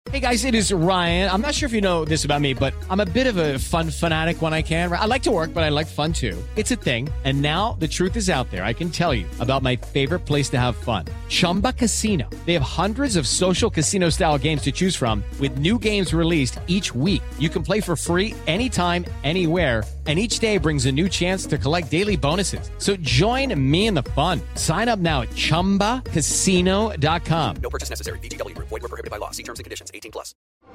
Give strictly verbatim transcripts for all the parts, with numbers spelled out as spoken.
Hey guys, it is Ryan. I'm not sure if you know this about me, but I'm a bit of a fun fanatic when I can. I like to work, but I like fun too. It's a thing. And now the truth is out there. I can tell you about my favorite place to have fun. Chumba Casino. They have hundreds of social casino style games to choose from with new games released each week. You can play for free anytime, anywhere. And each day brings a new chance to collect daily bonuses. So join me in the fun. Sign up now at chumba casino dot com. No purchase necessary. V G W. Void where prohibited by law. See terms and conditions. eighteen plus.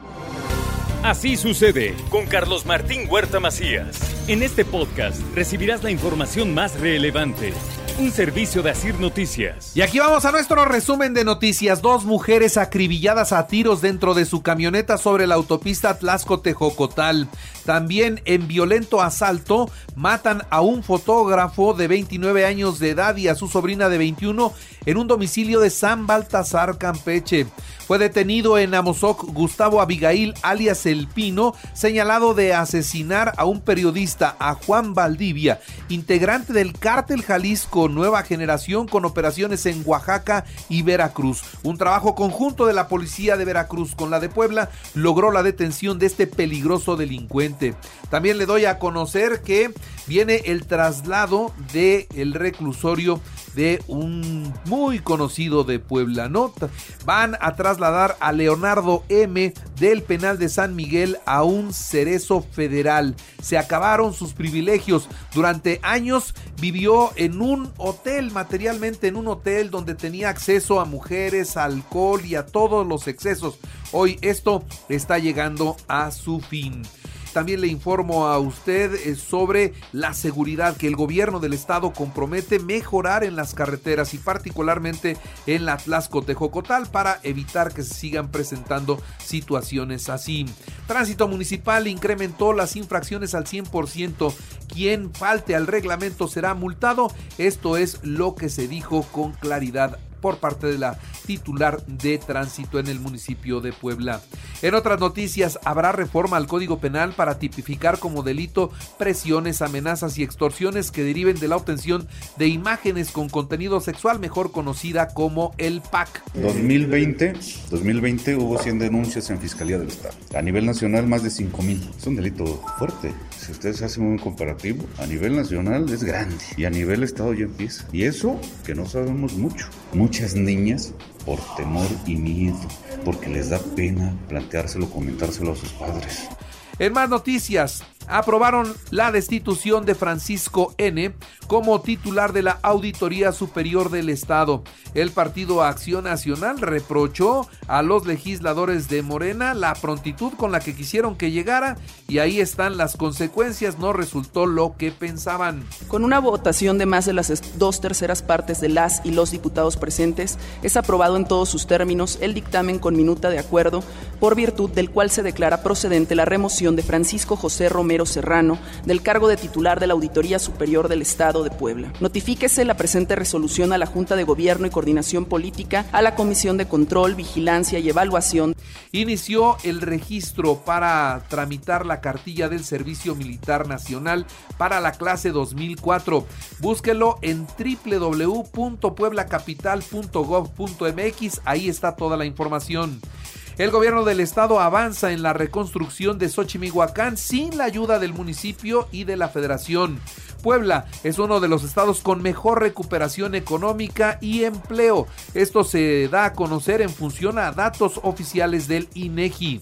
Así sucede con Carlos Martín Huerta Macías. En este podcast recibirás la información más relevante. Un servicio de Asir Noticias. Y aquí vamos a nuestro resumen de noticias. Dos mujeres acribilladas a tiros dentro de su camioneta sobre la autopista Tlaxco-Tejocotal. También en violento asalto matan a un fotógrafo de veintinueve años de edad y a su sobrina de veintiuno en un domicilio de San Baltasar, Campeche. Fue detenido en Amozoc Gustavo Abigail, alias El Pino, señalado de asesinar a un periodista, a Juan Valdivia, integrante del Cártel Jalisco Nueva Generación, con operaciones en Oaxaca y Veracruz. Un trabajo conjunto de la policía de Veracruz con la de Puebla logró la detención de este peligroso delincuente. También le doy a conocer que viene el traslado del reclusorio de un muy conocido de Puebla, ¿no? Van a trasladar a Leonardo M. del penal de San Miguel a un cerezo federal. Se acabaron sus privilegios. Durante años vivió en un hotel, materialmente en un hotel donde tenía acceso a mujeres, a alcohol y a todos los excesos. Hoy esto está llegando a su fin. También le informo a usted sobre la seguridad que el gobierno del estado compromete mejorar en las carreteras y particularmente en la Tlaxco-Tejocotal para evitar que se sigan presentando situaciones así. Tránsito Municipal incrementó las infracciones al cien por ciento. Quien falte al reglamento será multado. Esto es lo que se dijo con claridad por parte de la titular de tránsito en el municipio de Puebla. En otras noticias, habrá reforma al Código Penal para tipificar como delito presiones, amenazas y extorsiones que deriven de la obtención de imágenes con contenido sexual, mejor conocida como el P A C. dos mil veinte, dos mil veinte hubo cien denuncias en Fiscalía del Estado. A nivel nacional más de cinco mil. Es un delito fuerte. Si ustedes hacen un comparativo, a nivel nacional es grande y a nivel Estado ya empieza. Y eso que no sabemos mucho. Muchas niñas por temor y miedo, porque les da pena planteárselo, comentárselo a sus padres. En más noticias, aprobaron la destitución de Francisco N. como titular de la Auditoría Superior del Estado. El Partido Acción Nacional reprochó a los legisladores de Morena la prontitud con la que quisieron que llegara y ahí están las consecuencias, no resultó lo que pensaban. Con una votación de más de las dos terceras partes de las y los diputados presentes, es aprobado en todos sus términos el dictamen con minuta de acuerdo, por virtud del cual se declara procedente la remoción de Francisco José Romero Serrano del cargo de titular de la Auditoría Superior del Estado de Puebla. Notifíquese la presente resolución a la Junta de Gobierno y Coordinación Política, a la Comisión de Control, Vigilancia y Evaluación. Inició el registro para tramitar la cartilla del Servicio Militar Nacional para la clase dos mil cuatro. Búsquelo en doble u doble u doble u punto puebla capital punto gov punto m x, ahí está toda la información. El gobierno del estado avanza en la reconstrucción de Xochimilhuacán sin la ayuda del municipio y de la federación. Puebla es uno de los estados con mejor recuperación económica y empleo. Esto se da a conocer en función a datos oficiales del INEGI.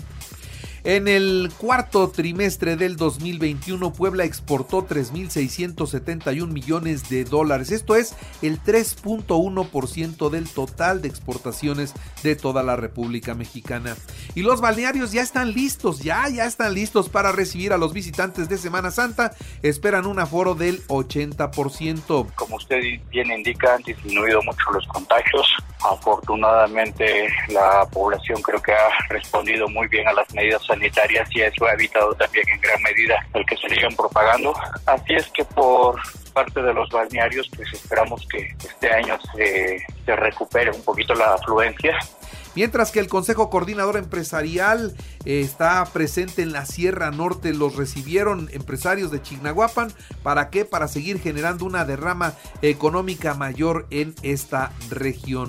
En el cuarto trimestre del dos mil veintiuno, Puebla exportó tres mil seiscientos setenta y un millones de dólares. Esto es el tres punto uno por ciento del total de exportaciones de toda la República Mexicana. Y los balnearios ya están listos, ya, ya están listos para recibir a los visitantes de Semana Santa. Esperan un aforo del ochenta por ciento. Como usted bien indica, han disminuido mucho los contagios. Afortunadamente, la población creo que ha respondido muy bien a las medidas sanitarias y eso ha evitado también en gran medida el que se sigan propagando. Así es que por parte de los balnearios, pues esperamos que este año se, se recupere un poquito la afluencia. Mientras que el Consejo Coordinador Empresarial eh, está presente en la Sierra Norte, los recibieron empresarios de Chignahuapan. ¿Para qué? Para seguir generando una derrama económica mayor en esta región.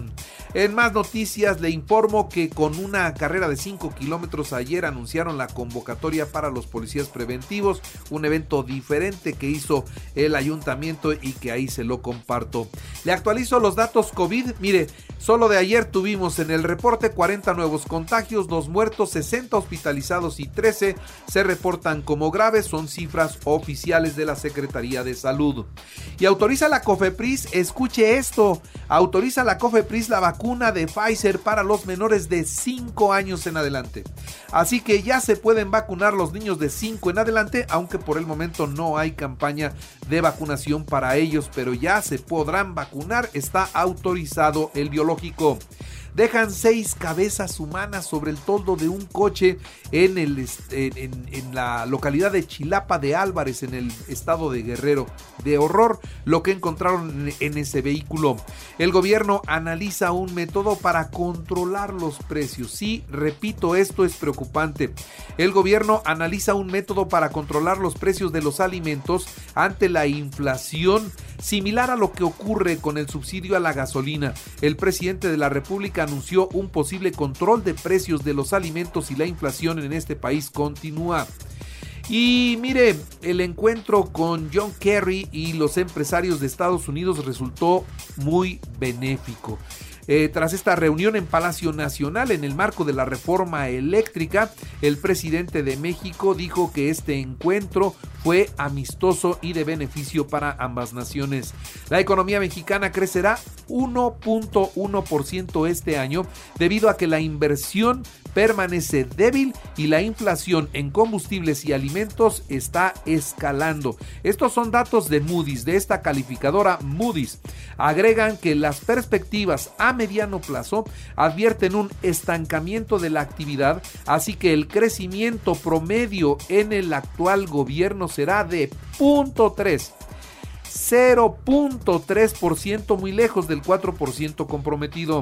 En más noticias le informo que con una carrera de cinco kilómetros ayer anunciaron la convocatoria para los policías preventivos, un evento diferente que hizo el ayuntamiento y que ahí se lo comparto. Le actualizo los datos COVID, mire, solo de ayer tuvimos en el reporte cuarenta nuevos contagios, dos muertos, sesenta hospitalizados y trece se reportan como graves, son cifras oficiales de la Secretaría de Salud. Y autoriza la COFEPRIS, escuche esto, autoriza la COFEPRIS la vacuna de Pfizer para los menores de cinco años en adelante. Así que ya se pueden vacunar los niños de cinco en adelante, aunque por el momento no hay campaña de vacunación para ellos, pero ya se podrán vacunar, está autorizado el biológico. Dejan seis cabezas humanas sobre el toldo de un coche en, el, en, en, en la localidad de Chilapa de Álvarez, en el estado de Guerrero. De horror lo que encontraron en, en ese vehículo. El gobierno analiza un método para controlar los precios. Sí, repito, esto es preocupante. El gobierno analiza un método para controlar los precios de los alimentos ante la inflación, similar a lo que ocurre con el subsidio a la gasolina. El presidente de la República anunció un posible control de precios de los alimentos y la inflación en este país continúa. Y mire, el encuentro con John Kerry y los empresarios de Estados Unidos resultó muy benéfico. Eh, tras esta reunión en Palacio Nacional en el marco de la reforma eléctrica, el presidente de México dijo que este encuentro fue amistoso y de beneficio para ambas naciones. La economía mexicana crecerá uno punto uno por ciento este año debido a que la inversión permanece débil y la inflación en combustibles y alimentos está escalando. Estos son datos de Moody's, de esta calificadora Moody's. Agregan que las perspectivas a mediano plazo advierten un estancamiento de la actividad, así que el crecimiento promedio en el actual gobierno será de punto tres. cero punto tres por ciento, muy lejos del cuatro por ciento comprometido.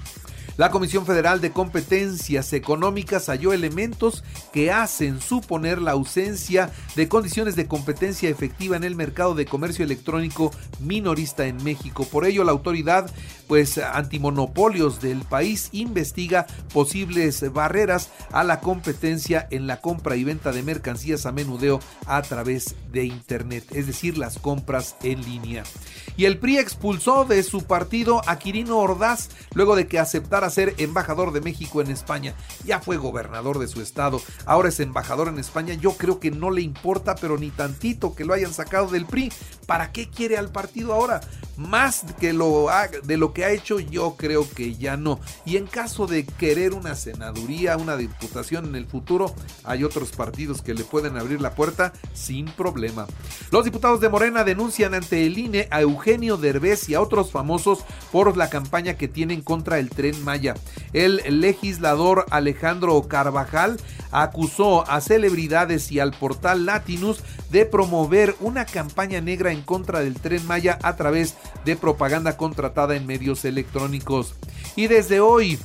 La Comisión Federal de Competencias Económicas halló elementos que hacen suponer la ausencia de condiciones de competencia efectiva en el mercado de comercio electrónico minorista en México. Por ello, la autoridad pues antimonopolios del país investiga posibles barreras a la competencia en la compra y venta de mercancías a menudeo a través de internet, es decir, las compras en línea. Y el P R I expulsó de su partido a Quirino Ordaz luego de que aceptara ser embajador de México en España. Ya fue gobernador de su estado, ahora es embajador en España. Yo creo que no le importa, pero ni tantito, que lo hayan sacado del P R I. ¿Para qué quiere al partido ahora? Más que lo ha, de lo que ha hecho, yo creo que ya no. Y en caso de querer una senaduría, una diputación en el futuro, hay otros partidos que le pueden abrir la puerta sin problema. Los diputados de Morena denuncian ante el I N E a Eugenio Derbez y a otros famosos por la campaña que tienen contra el Tren Maya. El legislador Alejandro Carvajal acusó a celebridades y al portal Latinus de promover una campaña negra en contra del Tren Maya a través de propaganda contratada en medios electrónicos. Y desde hoy,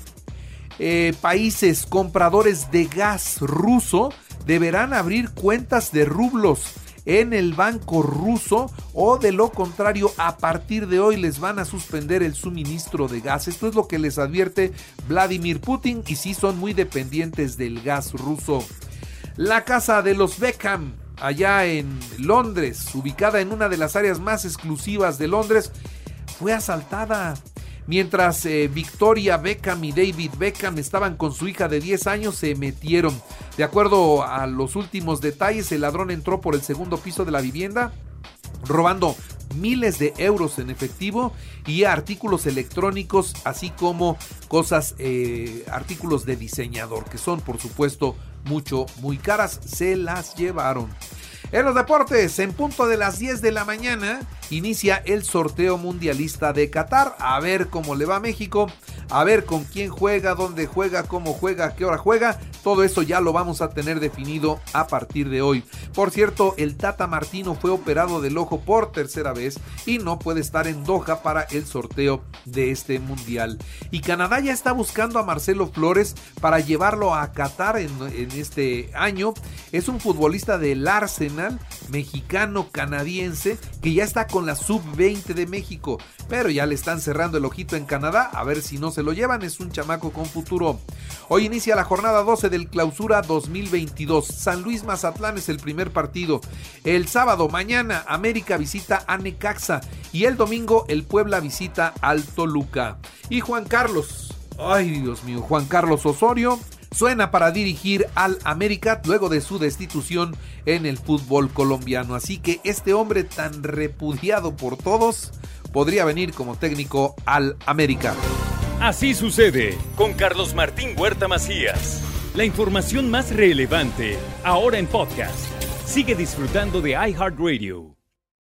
eh, países compradores de gas ruso deberán abrir cuentas de rublos en el banco ruso, o de lo contrario, a partir de hoy les van a suspender el suministro de gas. Esto es lo que les advierte Vladimir Putin, y sí son muy dependientes del gas ruso. La casa de los Beckham, allá en Londres, ubicada en una de las áreas más exclusivas de Londres, fue asaltada. Mientras eh, Victoria Beckham y David Beckham estaban con su hija de diez años, se metieron. De acuerdo a los últimos detalles, el ladrón entró por el segundo piso de la vivienda, robando miles de euros en efectivo y artículos electrónicos, así como cosas, eh, artículos de diseñador, que son por supuesto mucho, muy caras. Se las llevaron. En los deportes, en punto de las diez de la mañana, inicia el sorteo mundialista de Qatar. A ver cómo le va a México, a ver con quién juega, dónde juega, cómo juega, a qué hora juega. Todo eso ya lo vamos a tener definido a partir de hoy. Por cierto, el Tata Martino fue operado del ojo por tercera vez y no puede estar en Doha para el sorteo de este mundial. Y Canadá ya está buscando a Marcelo Flores para llevarlo a Qatar en, en este año. Es un futbolista del Arsenal, mexicano-canadiense, que ya está con la sub veinte de México, pero ya le están cerrando el ojito en Canadá, a ver si no se lo llevan, es un chamaco con futuro. Hoy inicia la jornada doce del Clausura dos mil veintidós. San Luis Mazatlán es el primer partido. El sábado, mañana, América visita a Necaxa y el domingo el Puebla visita al Toluca. Y Juan Carlos, ay Dios mío, Juan Carlos Osorio suena para dirigir al América luego de su destitución en el fútbol colombiano. Así que este hombre tan repudiado por todos podría venir como técnico al América. Así sucede con Carlos Martín Huerta Macías. La información más relevante ahora en podcast. Sigue disfrutando de iHeartRadio.